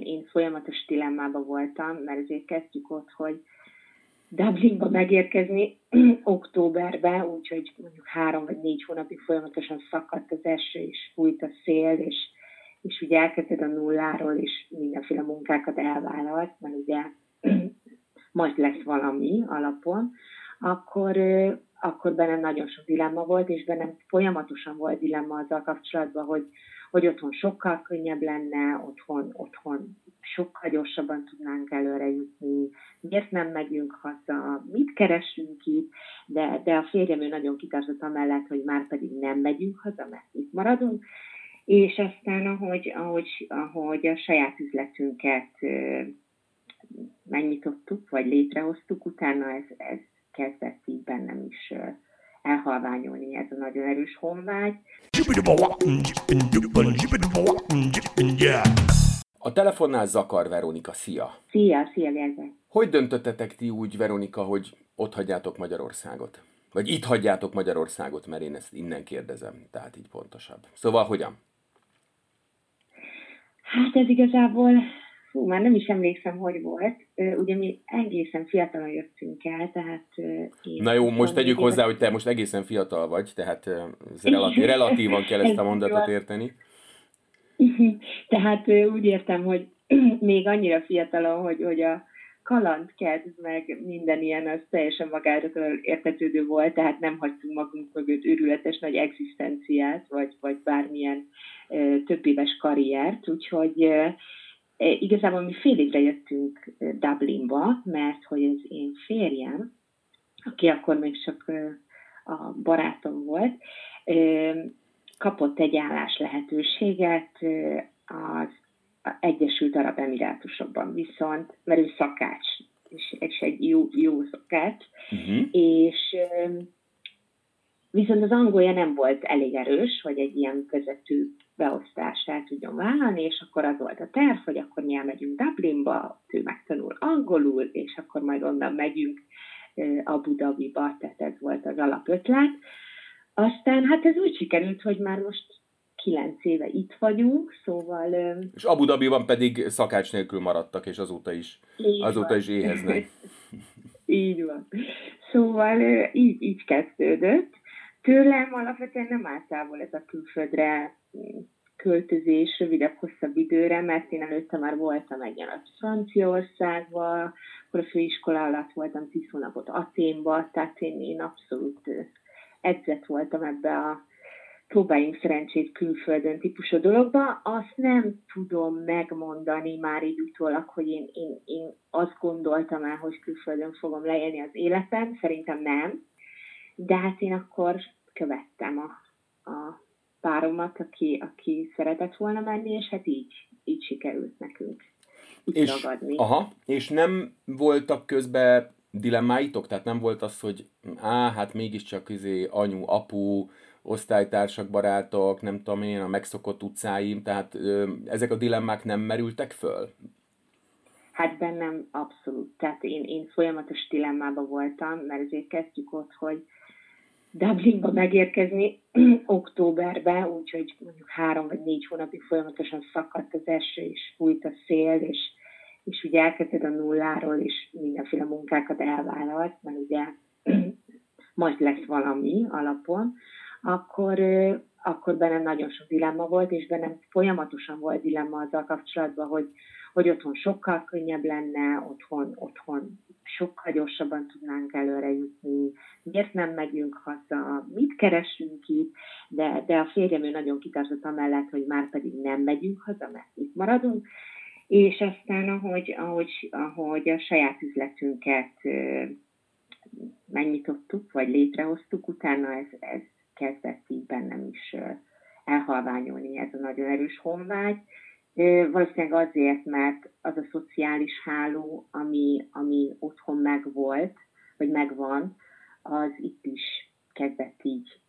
én folyamatos dilemmában voltam, mert azért kezdjük ott, hogy Dublinba megérkezni októberben, úgyhogy mondjuk 3 vagy 4 hónapig folyamatosan szakadt az eső, és fújt a szél, és ugye elkezded a nulláról, és mindenféle munkákat elvállalt, mert ugye majd lesz valami alapon, akkor bennem nagyon sok dilemma volt, és bennem folyamatosan volt dilemma azzal kapcsolatban, hogy otthon sokkal könnyebb lenne, otthon sokkal gyorsabban tudnánk előre jutni, miért nem megyünk haza, mit keresünk itt, de a férjem ő nagyon kitartott amellett, hogy már pedig nem megyünk haza, mert itt maradunk, és aztán ahogy a saját üzletünket megnyitottuk, vagy létrehoztuk, utána ez kezdett így bennem is elhalványolni, ez a nagyon erős honvágy. A telefonnál Zakar Veronika, szia! Szia Gergely! Hogy döntöttetek ti úgy, Veronika, hogy ott hagyjátok Magyarországot? Vagy itt hagyjátok Magyarországot, mert én ezt innen kérdezem, tehát így pontosabb. Szóval hogyan? Hát ez igazából, már nem is emlékszem, hogy volt. Ugye mi egészen fiatalon jöttünk el, tehát... Na jó, most tegyük hozzá, hogy te most egészen fiatal vagy, tehát relatívan kell ezt a mondatot érteni. Tehát úgy értem, hogy még annyira fiatalon, hogy a kalandkedv, meg minden ilyen, az teljesen magáról értetődő volt, tehát nem hagytunk magunk mögött őrületes nagy egzisztenciát, vagy bármilyen több éves karriert, úgyhogy igazából mi fél évre jöttünk Dublinba, mert hogy az én férjem, aki akkor még csak a barátom volt, kapott egy állás lehetőséget az Egyesült Arab Emirátusokban viszont, mert ő szakács, és egy jó szakács, és viszont az angolja nem volt elég erős, hogy egy ilyen vezető beosztást el tudjon vállalni, és akkor az volt a terv, hogy akkor mi elmegyünk Dublinba, ő megtanul angolul, és akkor majd onnan megyünk Abu Dhabiba, tehát ez volt az alapötlet. Aztán hát ez úgy sikerült, hogy már most 9 éve itt vagyunk, szóval... És Abu Dhabiban pedig szakács nélkül maradtak, és azóta is éheznek. Így van. Szóval így kezdődött. Tőlem alapvetően nem állt távol ez a külföldre költözés rövidebb-hosszabb időre, mert én előtte már voltam egy alatt Franciaországban, akkor a főiskola alatt voltam 10 hónapot Athénba, tehát én abszolút edzett voltam ebbe a próbáljunk szerencsét külföldön típusú dologba. Azt nem tudom megmondani már így utólag, hogy én azt gondoltam el, hogy külföldön fogom leélni az életem, szerintem nem, de hát én akkor követtem a páromat, aki szeretett volna menni, és hát így sikerült nekünk itt ragadni. És nem voltak közben dilemmáitok? Tehát nem volt az, hogy hát mégiscsak anyu, apu, osztálytársak, barátok, nem tudom én, a megszokott utcáim, tehát ezek a dilemmák nem merültek föl? Hát bennem abszolút. Tehát én folyamatos dilemmában voltam, mert azért kezdjük ott, hogy Dublinba megérkezni októberben, úgyhogy mondjuk 3 vagy 4 hónapig folyamatosan szakadt az eső, és fújt a szél, és ugye elkezded a nulláról, és mindenféle munkákat elvállalt, mert ugye majd lesz valami alapon, akkor bennem nagyon sok dilemma volt, és bennem folyamatosan volt dilemma azzal kapcsolatban, hogy otthon sokkal könnyebb lenne, otthon sokkal gyorsabban tudnánk előre jutni, miért nem megyünk haza, mit keresünk itt, de a férjem ő nagyon kitartott amellett, hogy már pedig nem megyünk haza, mert itt maradunk, és aztán ahogy a saját üzletünket megnyitottuk, vagy létrehoztuk, utána ez kezdett így bennem is elhalványolni, ez a nagyon erős honvágy. Valószínűleg azért, mert az a szociális háló, ami otthon megvolt, vagy megvan, az itt is kezdett így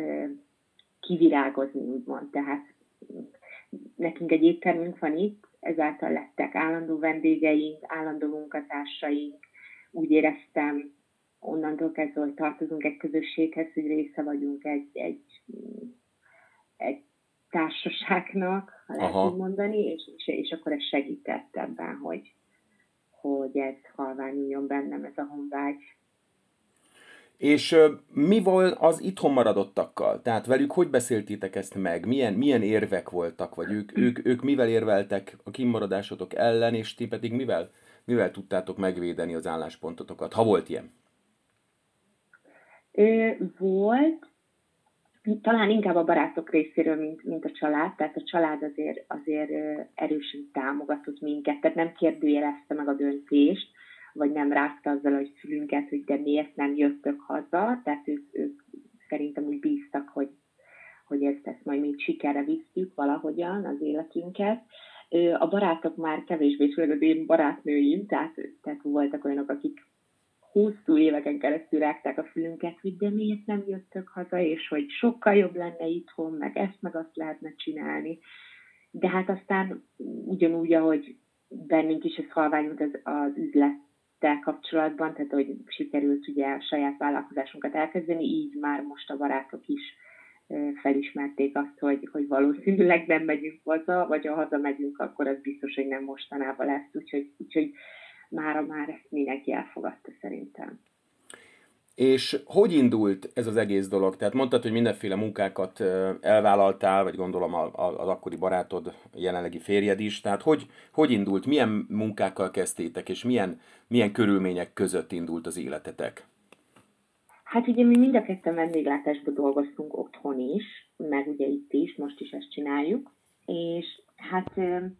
kivirágozni, úgymond. Tehát nekünk egy éttermünk van itt, ezáltal lettek állandó vendégeink, állandó munkatársaink. Úgy éreztem, onnantól kezdve, hogy tartozunk egy közösséghez, hogy része vagyunk egy társaságnak, ha lehet Aha. így mondani, és akkor ez segített ebben, hogy ez halványuljon bennem, ez a honvágy. És mi volt az itthon maradottakkal? Tehát velük hogy beszéltétek ezt meg? Milyen érvek voltak? Vagy ők mivel érveltek a kimmaradásotok ellen, és ti pedig mivel tudtátok megvédeni az álláspontotokat, ha volt ilyen? Volt, talán inkább a barátok részéről, mint a család, tehát a család azért erősen támogatott minket, tehát nem kérdőjelezte meg a döntést, vagy nem rázta azzal a fülünket, hogy de miért nem jöttök haza, tehát ők szerintem úgy bíztak, hogy ezt majd még sikerre visszük valahogyan az életünket. A barátok már kevésbé, főleg az én barátnőim, tehát voltak olyanok, akik hosszú éveken keresztül rágták a fülünket, hogy de miért nem jöttök haza, és hogy sokkal jobb lenne itthon, meg ezt, meg azt lehetne csinálni. De hát aztán ugyanúgy, ahogy bennünk is ez halványult az üzlettel kapcsolatban, tehát hogy sikerült ugye a saját vállalkozásunkat elkezdeni, így már most a barátok is felismerték azt, hogy valószínűleg nem megyünk haza, vagy ha hazamegyünk, akkor az biztos, hogy nem mostanában lesz, úgyhogy mára már ezt mindenki elfogadta szerintem. És hogy indult ez az egész dolog? Tehát mondtad, hogy mindenféle munkákat elvállaltál, vagy gondolom az akkori barátod, jelenlegi férjed is. Tehát hogy indult? Milyen munkákkal kezdtétek, és milyen körülmények között indult az életetek? Hát ugye mi mind a ketten vendéglátásban dolgoztunk otthon is, meg ugye itt is, most is ezt csináljuk, és hát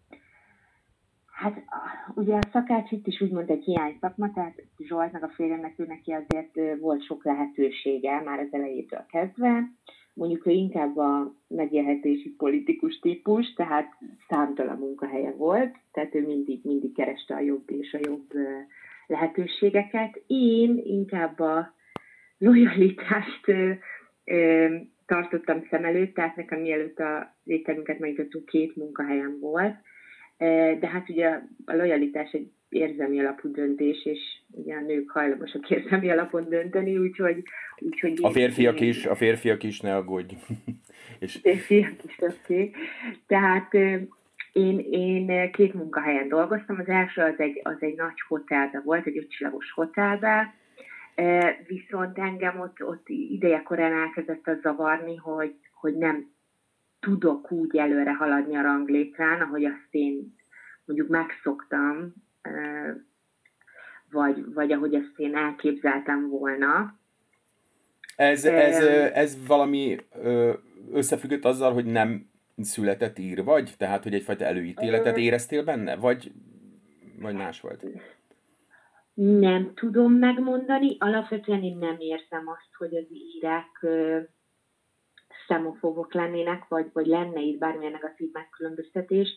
ugye a szakács itt is úgymond egy hiány szakma, tehát Zsoltnak, a férjemnek, ő neki azért volt sok lehetősége már az elejétől kezdve. Mondjuk ő inkább a megélhetési politikus típus, tehát számtalan munkahelye volt, tehát ő mindig kereste a jobb és a jobb lehetőségeket. Én inkább a lojalitást tartottam szem előtt, tehát nekem mielőtt a ételünket megnyitottuk, 2 munkahelyem volt, de hát ugye a lojalitás egy érzelmi alapú döntés, és ugye a nők hajlamosak érzelmi alapon dönteni, úgyhogy A férfiak is, ne aggódj. Férfiak is, oké. Tehát én 2 munkahelyen dolgoztam, az első az egy nagy hotelben volt, egy 5 csillagos hotelben, viszont engem ott idejekorán elkezdett az zavarni, hogy nem tudok úgy előre haladni a ranglétrán, ahogy azt én mondjuk megszoktam, vagy ahogy azt én elképzeltem volna. Ez valami összefüggött azzal, hogy nem született ír vagy? Tehát, hogy egyfajta előítéletet éreztél benne? Vagy más volt? Nem tudom megmondani. Alapvetően én nem érzem azt, hogy az írek szemofóbok lennének, vagy lenne itt bármilyen negatív megkülönböztetés.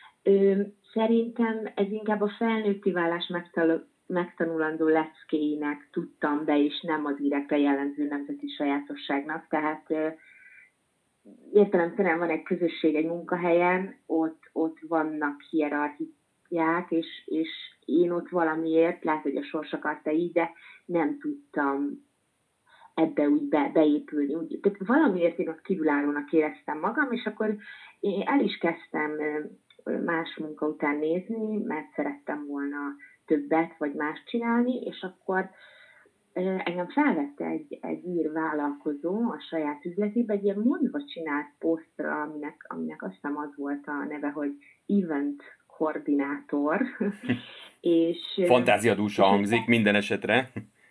Szerintem ez inkább a felnőtti válás megtanulandó leckéinek tudtam be, és nem az írekre jellemző nemzeti sajátosságnak. Tehát értelemszerűen van egy közösség egy munkahelyen, ott vannak hierarchiák, és én ott valamiért, lehet, hogy a sors akarta így, de nem tudtam ebbe úgy beépülni. Tehát valamiért én ott kívülállónak éreztem magam, és akkor én el is kezdtem más munka után nézni, mert szerettem volna többet, vagy más csinálni, és akkor engem felvette egy ír vállalkozó a saját üzletébe, egy ilyen mondva csinált posztra, aminek azt hiszem az volt a neve, hogy event koordinátor. És fantáziadúsa hangzik minden esetre.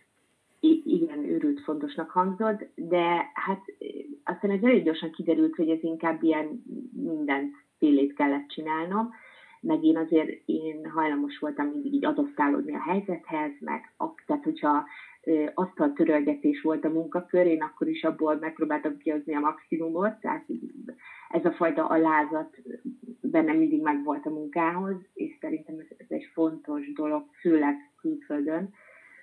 Igen, őrült fontosnak hangzott, de hát aztán ez elég gyorsan kiderült, hogy ez inkább ilyen mindent félét kellett csinálnom, meg én hajlamos voltam mindig így adaptálódni a helyzethez, meg tehát hogyha asztaltörölgetés volt a munkakör, én akkor is abból megpróbáltam kihozni a maximumot, tehát ez a fajta alázat bennem mindig megvolt a munkához, és szerintem ez egy fontos dolog, főleg külföldön.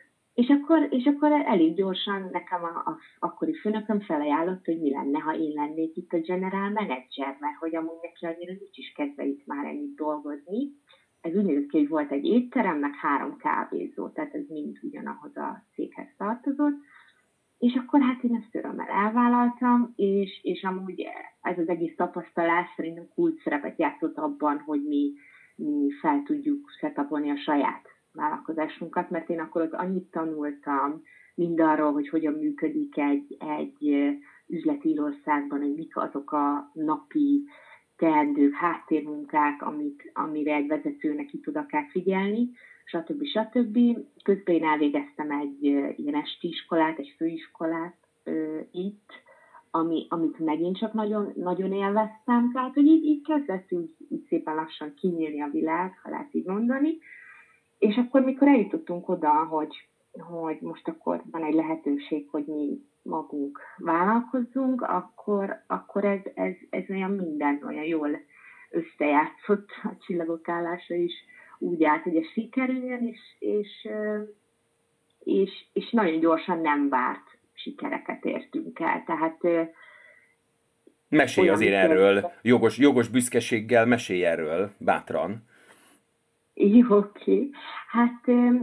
És akkor elég gyorsan nekem az akkori főnököm felajánlott, hogy mi lenne, ha én lennék itt a general manager, mert hogy amúgy neki annyira nincs is kedve itt már ennyit dolgozni. Ez úgy nézett ki, hogy volt egy étterem, meg 3 kávézó, tehát ez mind ugyanahoz a céghez tartozott. És akkor hát én ezt örömmel elvállaltam, és amúgy ez az egész tapasztalás szerintem kulcs szerepet játszott abban, hogy mi fel tudjuk setupolni a saját vállalkozásunkat, mert én akkor ott annyit tanultam mindarról, hogy hogyan működik egy üzletírországban, hogy mik azok a napi teendők, háttérmunkák, amire egy vezetőnek ki tud akár figyelni, stb. Közben én elvégeztem egy ilyen esti iskolát, egy főiskolát itt, amit megint csak nagyon, nagyon élveztem. Tehát, hogy így kezdett úgy szépen lassan kinyílni a világ, ha lehet így mondani. És akkor, mikor eljutottunk oda, hogy most akkor van egy lehetőség, hogy mi magunk vállalkozzunk, akkor ez olyan minden olyan jól összejátszott, a csillagok állása is úgy állt, hogy ez sikerüljön, és nagyon gyorsan nem várt sikereket értünk el. Tehát mesélj azért erről, jogos büszkeséggel mesélj erről, bátran. Jó, oké. Hát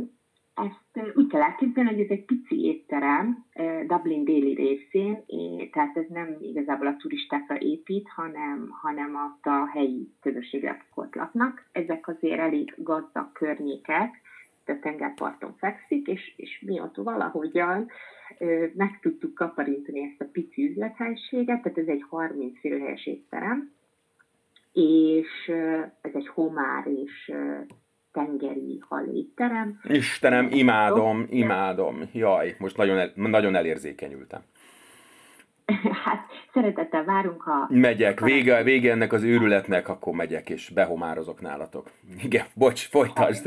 ezt úgy kell elképzelni, hogy ez egy pici étterem Dublin déli részén, tehát ez nem igazából a turistákra épít, hanem azt a helyi közösségre, akik ott laknak. Ezek azért elég gazdag környékek, a tengerparton fekszik, és mi ott valahogyan meg tudtuk kaparintani ezt a pici üzlethelységet, tehát ez egy 30 főhelyes étterem, és ez egy homár és tengeri halétterem. Istenem, imádom. Jaj, most nagyon elérzékenyültem. Hát szeretettel várunk, ha... Megyek, vége ennek az őrületnek, akkor megyek, és behomározok nálatok. Igen, bocs, folytasd.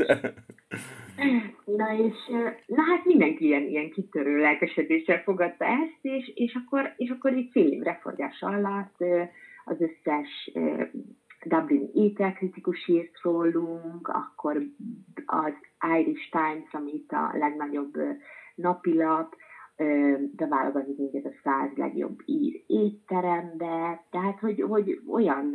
Na hát mindenki ilyen kitörő lelkesedéssel fogadta ezt, és akkor így fél év reformás alatt az összes Dublin ételkritikus írt rólunk, akkor az Irish Times, amit a legnagyobb napilap, beválogatott minket a 100 legjobb ír étterembe, tehát hogy olyan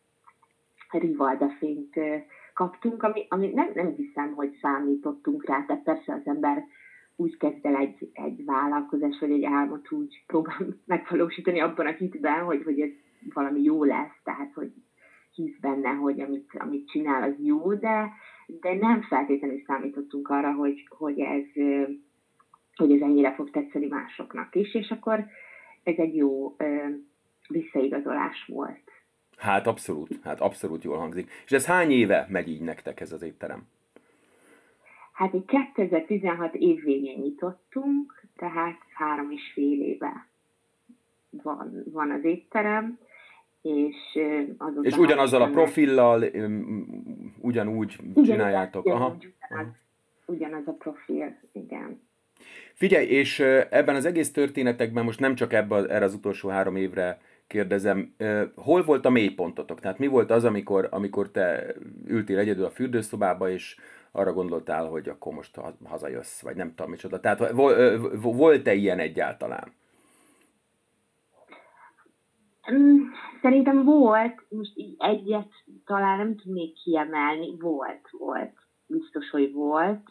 rivaldafényt kaptunk, ami nem hiszem, hogy számítottunk rá, tehát persze az ember úgy kezd el egy vállalkozás, vagy egy álmot úgy próbál megvalósítani abban a hitben, hogy ez valami jó lesz, tehát hogy hisz benne, hogy amit csinál, az jó, de nem feltétlenül számítottunk arra, hogy ez ennyire fog tetszeni másoknak is, és akkor ez egy jó visszaigazolás volt. Hát abszolút jól hangzik. És ez hány éve megy így nektek ez az étterem? Hát így 2016 év végén nyitottunk, tehát 3,5 éve van az étterem, és ugyanazzal a profillal, ugyanúgy csináljátok? Ugyanaz a profil, igen. Figyelj, és ebben az egész történetekben, most nem csak erre az utolsó 3 évre kérdezem, hol volt a mélypontotok? Tehát mi volt az, amikor te ültél egyedül a fürdőszobába, és arra gondoltál, hogy akkor most hazajössz, vagy nem tudom micsoda. Tehát volt-e ilyen egyáltalán? Szerintem volt, most így egyet talán nem tudnék kiemelni, volt. Biztos, hogy volt.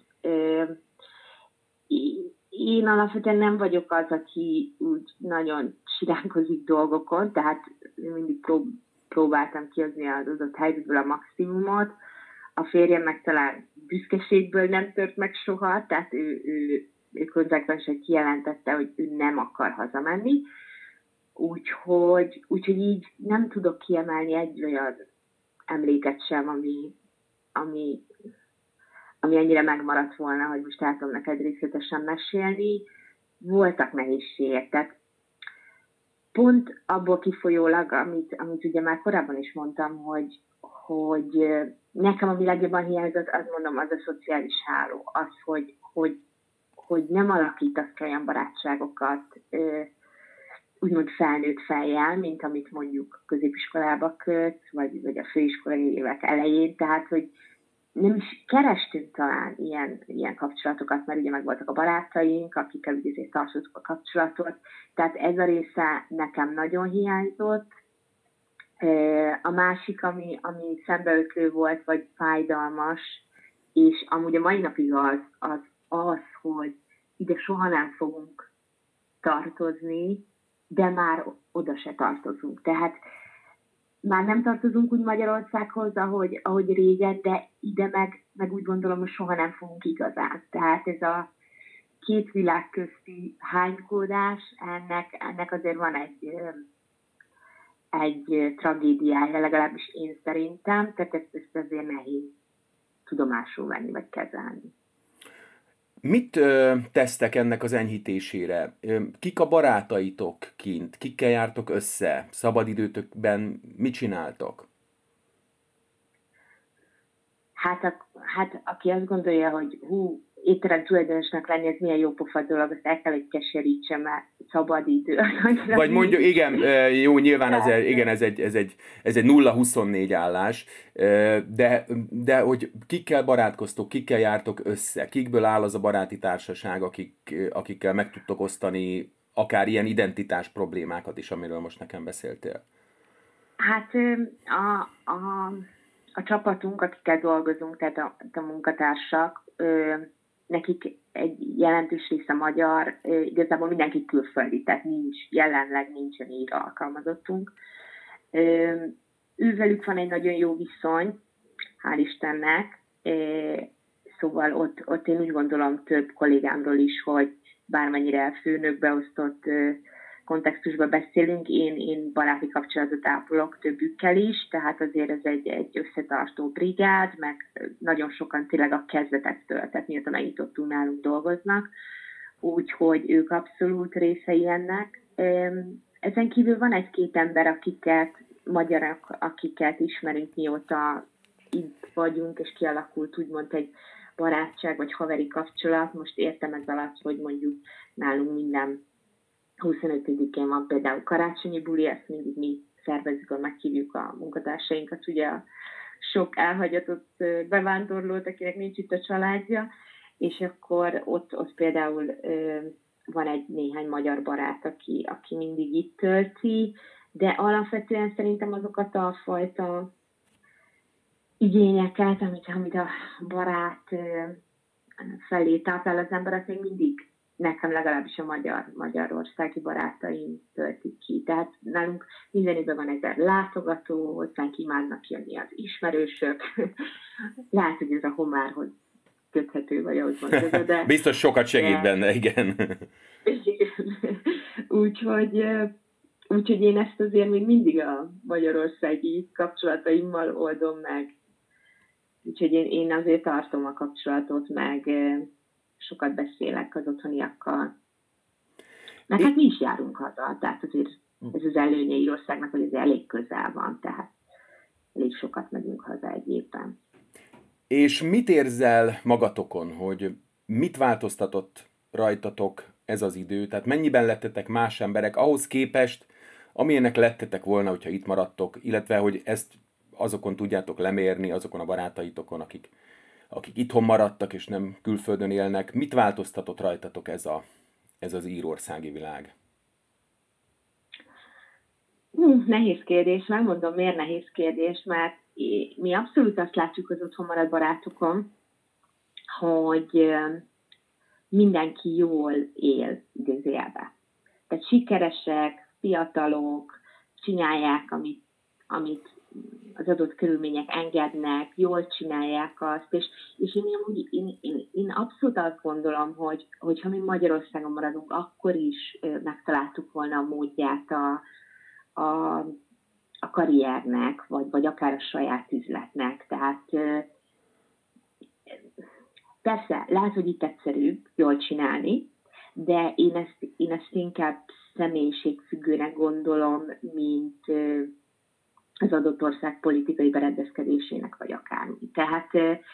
Én alapvetően nem vagyok az, aki úgy nagyon siránkozik dolgokon, tehát mindig próbáltam kihozni az adott helyzetből a maximumot. A férjem meg talán büszkeségből nem tört meg soha, tehát ő konzekvensen kijelentette, hogy ő nem akar hazamenni. Úgyhogy így nem tudok kiemelni egy olyan emléket sem, ami ennyire megmaradt volna, hogy most el tudom neked részletesen mesélni. Voltak nehézségek, tehát pont abból kifolyólag, amit ugye már korábban is mondtam, hogy nekem ami legjobban hiányzott, azt mondom, az a szociális háló, az, hogy nem alakítasz olyan barátságokat, úgymond felnőtt fejjel, mint amit mondjuk középiskolába kötsz, vagy a főiskolai évek elején, tehát, hogy nem is kerestünk talán ilyen kapcsolatokat, mert ugye meg voltak a barátaink, akikkel ugye tartottuk a kapcsolatot, tehát ez a része nekem nagyon hiányzott. A másik, ami szembeötlő volt, vagy fájdalmas, és amúgy a mai napig az, hogy ide soha nem fogunk tartozni, de már oda se tartozunk. Tehát már nem tartozunk úgy Magyarországhoz, ahogy régen, de ide meg úgy gondolom, hogy soha nem fogunk igazán. Tehát ez a két világ közti hánykódás, ennek azért van egy tragédiája, legalábbis én szerintem, tehát ezt azért nehéz tudomásul venni, vagy kezelni. Mit tesztek ennek az enyhítésére? Kik a barátaitok kint? Kikkel jártok össze? Szabadidőtökben mit csináltok? Hát aki azt gondolja, hogy étterem tulajdonosnak lenni, ez milyen jó pofa dolog, azt el kell, hogy keserítsem, mert szabad idő. Vagy mondjuk, igen, jó, nyilván ez egy 0-24 állás, de hogy kikkel barátkoztok, kikkel jártok össze, kikből áll az a baráti társaság, akikkel meg tudtok osztani akár ilyen identitás problémákat is, amiről most nekem beszéltél? Hát a csapatunk, akikkel dolgozunk, tehát a munkatársak, nekik egy jelentős része magyar, igazából mindenki külföldi, tehát jelenleg nincsen ír alkalmazottunk. Ővelük van egy nagyon jó viszony, hál' Istennek, szóval ott én úgy gondolom több kollégámról is, hogy bármennyire főnökbe osztott kontextusban beszélünk, én baráti kapcsolatot ápolok többükkel is, tehát azért ez egy összetartó brigád, meg nagyon sokan tényleg a kezdetektől, tehát mióta megnyitottunk nálunk dolgoznak, úgyhogy ők abszolút részei ennek. Ezen kívül van egy-két ember, magyarok, akiket ismerünk, mióta itt vagyunk, és kialakult úgymond egy barátság vagy haveri kapcsolat. Most értem ez alatt, hogy mondjuk nálunk minden 25-én van például karácsonyi buli, ezt mindig mi szervezzük, meghívjuk a munkatársainkat, ugye a sok elhagyatott bevándorlót, akinek nincs itt a családja, és akkor ott például van néhány magyar barát, aki mindig itt tölti, de alapvetően szerintem azokat a fajta igényeket, amit a barát felé táplál az ember, az még mindig nekem legalábbis a magyarországi barátaim töltik ki. Tehát nálunk minden évben van 1000 látogató, hozzánk imádnak jönni az ismerősök. Lehet, hogy ez a homárhoz köthető, vagy ahogy mondod, de... Biztos sokat segít benne, igen. Úgyhogy én ezt azért még mindig a magyarországi kapcsolataimmal oldom meg. Úgyhogy én azért tartom a kapcsolatot, meg sokat beszélek az otthoniakkal. Mert hát mi is járunk haza, tehát azért ez az előnye Írországnak, hogy ez elég közel van, tehát elég sokat megyünk haza egy évben. És mit érzel magatokon, hogy mit változtatott rajtatok ez az idő? Tehát mennyiben lettetek más emberek ahhoz képest, amilyenek lettetek volna, hogyha itt maradtok, illetve hogy ezt azokon tudjátok lemérni, azokon a barátaitokon, akik itthon maradtak és nem külföldön élnek. Mit változtatott rajtatok ez az írországi világ? Nehéz kérdés, megmondom, miért nehéz kérdés, mert mi abszolút azt látjuk az otthon maradt barátokon, hogy mindenki jól él, idézőjelben. Tehát sikeresek, fiatalok, csinálják, amit az adott körülmények engednek, jól csinálják azt, és én abszolút azt gondolom, hogy ha mi Magyarországon maradunk, akkor is megtaláltuk volna a módját a karriernek, vagy akár a saját üzletnek. Tehát persze, lehet, hogy itt egyszerűbb jól csinálni, de én ezt inkább személyiségfüggőnek gondolom, mint az adott ország politikai berendezkedésének, vagy akármi. Tehát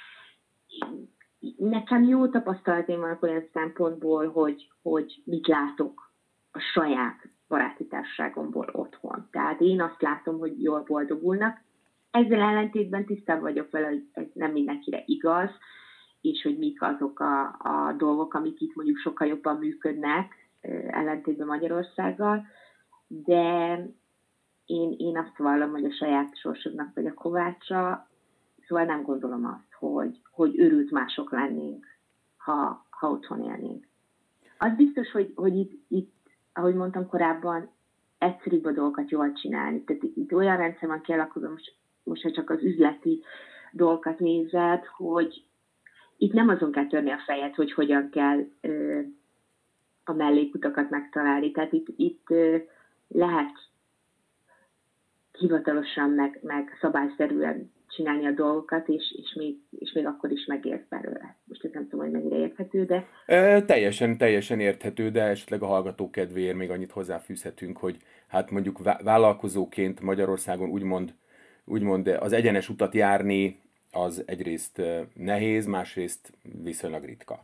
nekem jó tapasztalatom van olyan szempontból, hogy mit látok a saját baráti társaságomból otthon. Tehát én azt látom, hogy jól boldogulnak. Ezzel ellentétben tisztában vagyok vele, hogy ez nem mindenkire igaz, és hogy mik azok a dolgok, amik itt mondjuk sokkal jobban működnek, ellentétben Magyarországgal, de én azt vallom, hogy a saját sorsodnak vagy a kovácsa, szóval nem gondolom azt, hogy őrült mások lennénk, ha otthon élnénk. Az biztos, hogy itt ahogy mondtam korábban, egyszerűbb a dolgokat jól csinálni. Tehát itt olyan rendszer van kialakulva, most ha csak az üzleti dolgokat nézed, hogy itt nem azon kell törni a fejed, hogy hogyan kell a mellékutakat megtalálni. Tehát itt lehet hivatalosan, meg szabályszerűen csinálni a dolgokat, és még akkor is megért belőle. Most ezt nem tudom, hogy mennyire érthető, de... Teljesen érthető, de esetleg a hallgató kedvéért még annyit hozzáfűzhetünk, hogy hát mondjuk vállalkozóként Magyarországon úgymond az egyenes utat járni, az egyrészt nehéz, másrészt viszonylag ritka.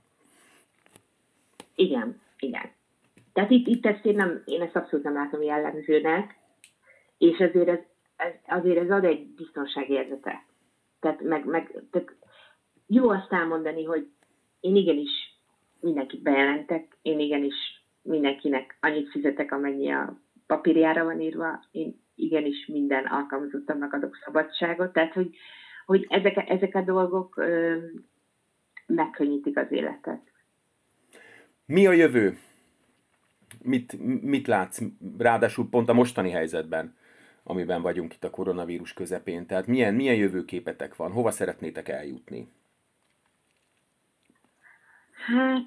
Igen. Tehát itt ezt én ezt abszolút nem látom jellemzőnek, és azért ez ad egy biztonságérzetet. Tehát, tehát jó azt elmondani, hogy én igenis mindenkit bejelentek, én igenis mindenkinek annyit fizetek, amennyi a papírjára van írva, én igenis minden alkalmazottamnak adok szabadságot, tehát hogy ezek a dolgok megkönnyítik az életet. Mi a jövő? Mit látsz? Ráadásul pont a mostani helyzetben, amiben vagyunk itt a koronavírus közepén. Tehát milyen jövőképetek van? Hova szeretnétek eljutni? Hát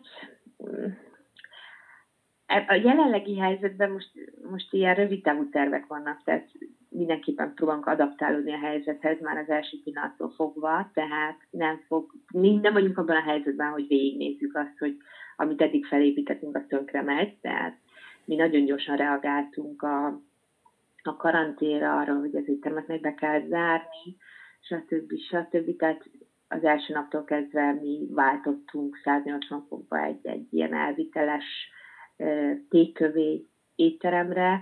a jelenlegi helyzetben most ilyen rövid távú tervek vannak, tehát mindenképpen próbálunk adaptálódni a helyzethez már az első pillanattól fogva, tehát nem vagyunk abban a helyzetben, hogy végignézzük azt, hogy amit eddig felépítettünk, az tönkre megy, tehát mi nagyon gyorsan reagáltunk a karanténra, arra, hogy az éttermeknek be kell zárni, stb. Tehát az első naptól kezdve mi váltottunk 180 fokba egy ilyen elviteles takeaway étteremre.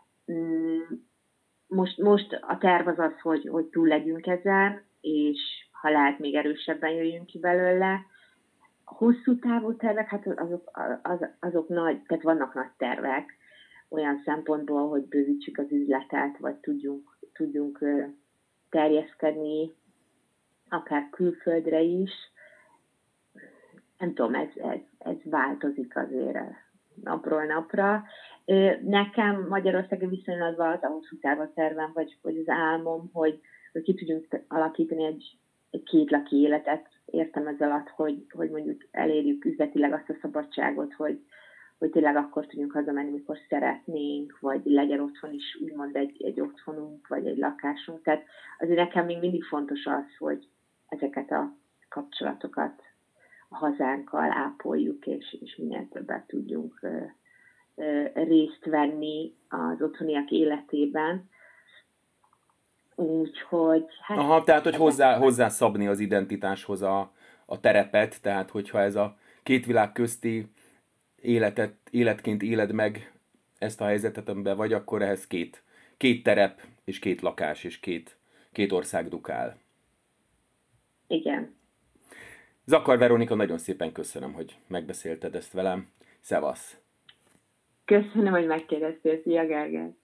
Most a terv az, hogy túl legyünk ezen, és ha lehet, még erősebben jöjjünk ki belőle. A hosszú távú tervek, hát azok nagy, tehát vannak nagy tervek, olyan szempontból, hogy bővítsük az üzletet, vagy tudjunk terjeszkedni, akár külföldre is. Nem tudom, ez változik azért napról napra. Nekem Magyarországon viszonylatban az a hosszú távú tervem, vagy az álmom, hogy ki tudjunk alakítani egy kétlaki életet. Értem ez alatt, hogy mondjuk elérjük üzletileg azt a szabadságot, hogy tényleg akkor tudjunk hazamenni, mikor szeretnénk, vagy legyen otthon is úgymond egy otthonunk, vagy egy lakásunk. Tehát azért nekem még mindig fontos az, hogy ezeket a kapcsolatokat a hazánkkal ápoljuk, és minél többet tudjunk részt venni az otthoniak életében. Úgyhogy... Hát, tehát, hogy hozzászabni az identitáshoz a terepet, tehát hogyha ez a két világ közti életként éled meg ezt a helyzetet, amiben vagy, akkor ehhez két terep, és két lakás, és két ország dukál. Igen. Zakar Veronika, nagyon szépen köszönöm, hogy megbeszélted ezt velem. Szevasz! Köszönöm, hogy megkérdeztél. Szia, Gergely!